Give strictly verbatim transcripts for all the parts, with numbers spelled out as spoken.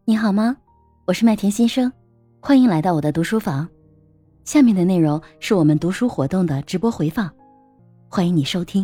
你好吗？我是麦田新生，欢迎来到我的读书房。下面的内容是我们读书活动的直播回放，欢迎你收听。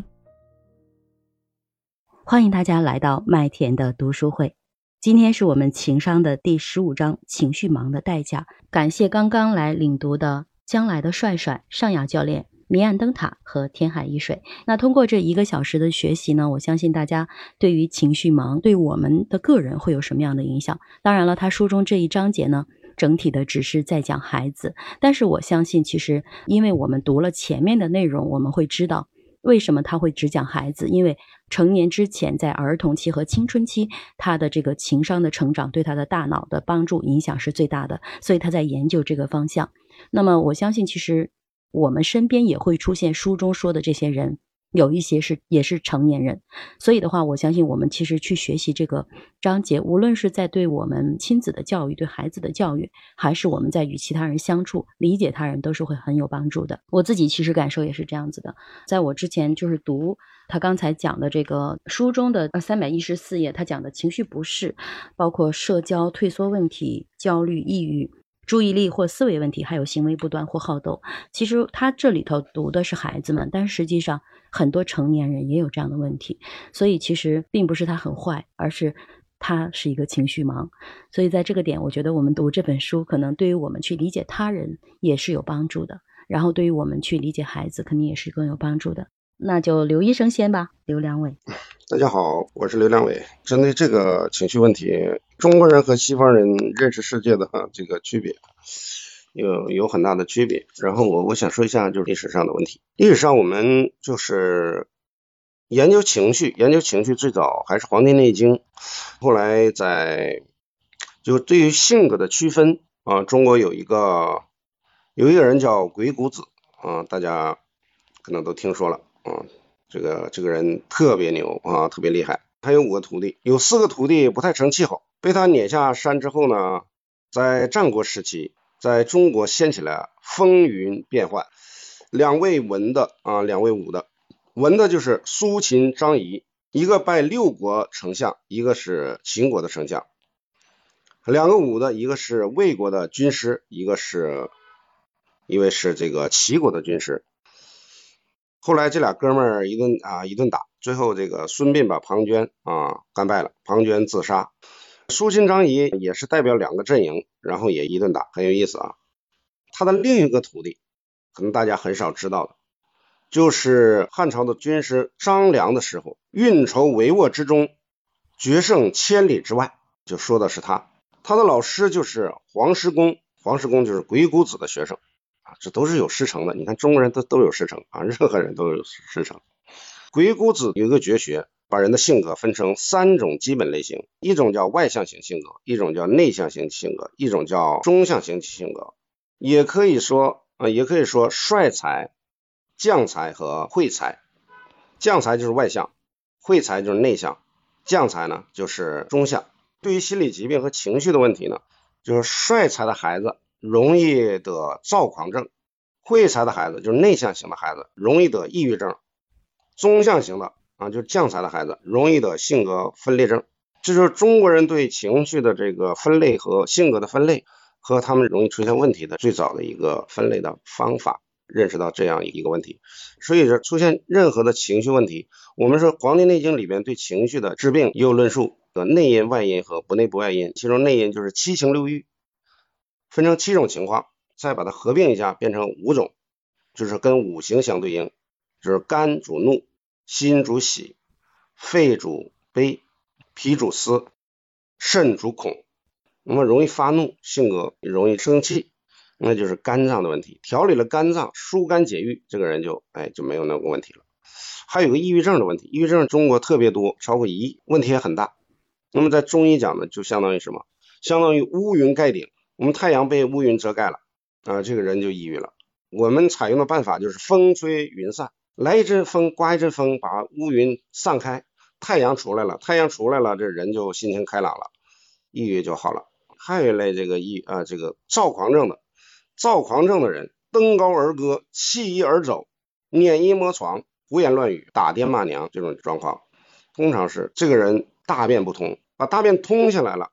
欢迎大家来到麦田的读书会。今天是我们情商的第十五章，情绪忙的代价。感谢刚刚来领读的将来的帅帅、尚雅教练、迷岸灯塔和天海一水。那通过这一个小时的学习呢，我相信大家对于情绪忙对我们的个人会有什么样的影响。当然了，他书中这一章节呢，整体的只是在讲孩子，但是我相信其实因为我们读了前面的内容，我们会知道为什么他会只讲孩子。因为成年之前在儿童期和青春期，他的这个情商的成长对他的大脑的帮助影响是最大的，所以他在研究这个方向。那么我相信其实我们身边也会出现书中说的这些人，有一些是也是成年人。所以的话，我相信我们其实去学习这个章节，无论是在对我们亲子的教育、对孩子的教育，还是我们在与其他人相处、理解他人，都是会很有帮助的。我自己其实感受也是这样子的。在我之前就是读他刚才讲的这个书中的三百一十四页，他讲的情绪不适，包括社交退缩问题、焦虑、抑郁、注意力或思维问题，还有行为不端或好斗。其实他这里头读的是孩子们，但实际上很多成年人也有这样的问题。所以其实并不是他很坏，而是他是一个情绪盲。所以在这个点，我觉得我们读这本书可能对于我们去理解他人也是有帮助的，然后对于我们去理解孩子肯定也是更有帮助的。那就刘医生先吧，刘良伟。 大家好，我是刘良伟。针对这个情绪问题，中国人和西方人认识世界的这个区别有有很大的区别。然后我我想说一下就是历史上的问题。历史上我们就是研究情绪，研究情绪最早还是《黄帝内经》，后来在就对于性格的区分啊，中国有一个有一个人叫鬼谷子啊，大家可能都听说了啊。这个这个人特别牛啊，特别厉害。他有五个徒弟，有四个徒弟不太成气候，被他撵下山之后呢，在战国时期，在中国掀起了风云变幻。两位文的啊，两位武的。文的就是苏秦、张仪，一个拜六国丞相，一个是秦国的丞相。两个武的，一个是魏国的军师，一个是一位是这个齐国的军师。后来这俩哥们儿一顿啊一顿打，最后这个孙膑把庞涓啊干败了，庞涓自杀。苏秦、张仪也是代表两个阵营，然后也一顿打，很有意思啊。他的另一个徒弟，可能大家很少知道的，就是汉朝的军师张良的时候，运筹帷幄之中，决胜千里之外，就说的是他。他的老师就是黄石公，黄石公就是鬼谷子的学生。这都是有师承的，你看中国人都都有师承啊，任何人都有师承。鬼谷子有一个绝学，把人的性格分成三种基本类型，一种叫外向型性格，一种叫内向型性格，一种叫中向型性格。也可以说啊，也可以说帅才、将才和惠才。将才就是外向，惠才就是内向，将才呢就是中向。对于心理疾病和情绪的问题呢，就是帅才的孩子容易得躁狂症，惠才的孩子就是内向型的孩子容易得抑郁症，中向型的啊就是将才的孩子容易得性格分裂症。这就是中国人对情绪的这个分类和性格的分类和他们容易出现问题的最早的一个分类的方法，认识到这样一个问题。所以出现任何的情绪问题，我们说《黄帝内经》里边对情绪的治病也有论述的内因、外因和不内不外因，其中内因就是七情六欲，分成七种情况，再把它合并一下变成五种，就是跟五行相对应，就是肝主怒，心主喜，肺主悲，脾主思，肾主恐。那么容易发怒，性格容易生气，那就是肝脏的问题。调理了肝脏，疏肝解郁，这个人就哎就没有那个问题了。还有个抑郁症的问题，抑郁症中国特别多，超过一亿，问题也很大。那么在中医讲呢，就相当于什么？相当于乌云盖顶，我们太阳被乌云遮盖了啊，这个人就抑郁了。我们采用的办法就是风吹云散，来一阵风，刮一阵风，把乌云散开，太阳出来了，太阳出来了，这人就心情开朗了，抑郁就好了。还有一类这个抑啊这个躁狂症的，躁狂症的人登高而歌，弃衣而走，碾衣摸床，胡言乱语，打爹骂娘，这种状况通常是这个人大便不通，把大便通下来了，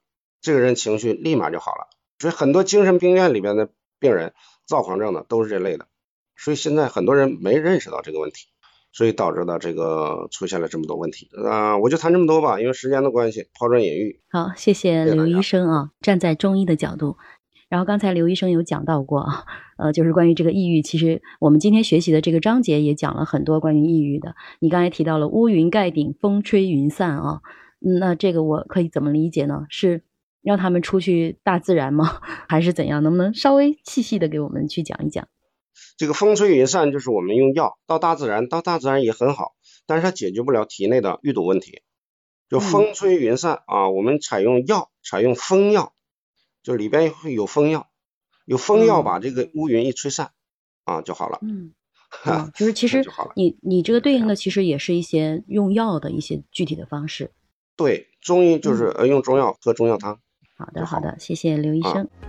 这个人情绪立马就好了。所以很多精神病院里边的病人，躁狂症的都是这类的，所以现在很多人没认识到这个问题，所以导致的这个出现了这么多问题啊、呃。我就谈这么多吧，因为时间的关系，抛砖引玉。 好，谢谢刘医生啊，站在中医的角度。然后刚才刘医生有讲到过啊，呃，就是关于这个抑郁，其实我们今天学习的这个章节也讲了很多关于抑郁的。你刚才提到了乌云盖顶，风吹云散啊，那这个我可以怎么理解呢？是让他们出去大自然吗？还是怎样？能不能稍微细细的给我们去讲一讲？ 这个风吹云散就是我们用药到大自然，到大自然也很好，但是它解决不了体内的淤堵问题。就风吹云散啊，我们采用药，采用风药。就里边会有风药，有风药把这个乌云一吹散、嗯、啊就好了。 嗯，哦，就是其实你你这个对应的其实也是一些用药的一些具体的方式。 对，中医就是呃用中药喝中药汤。 好的好的，谢谢刘医生。啊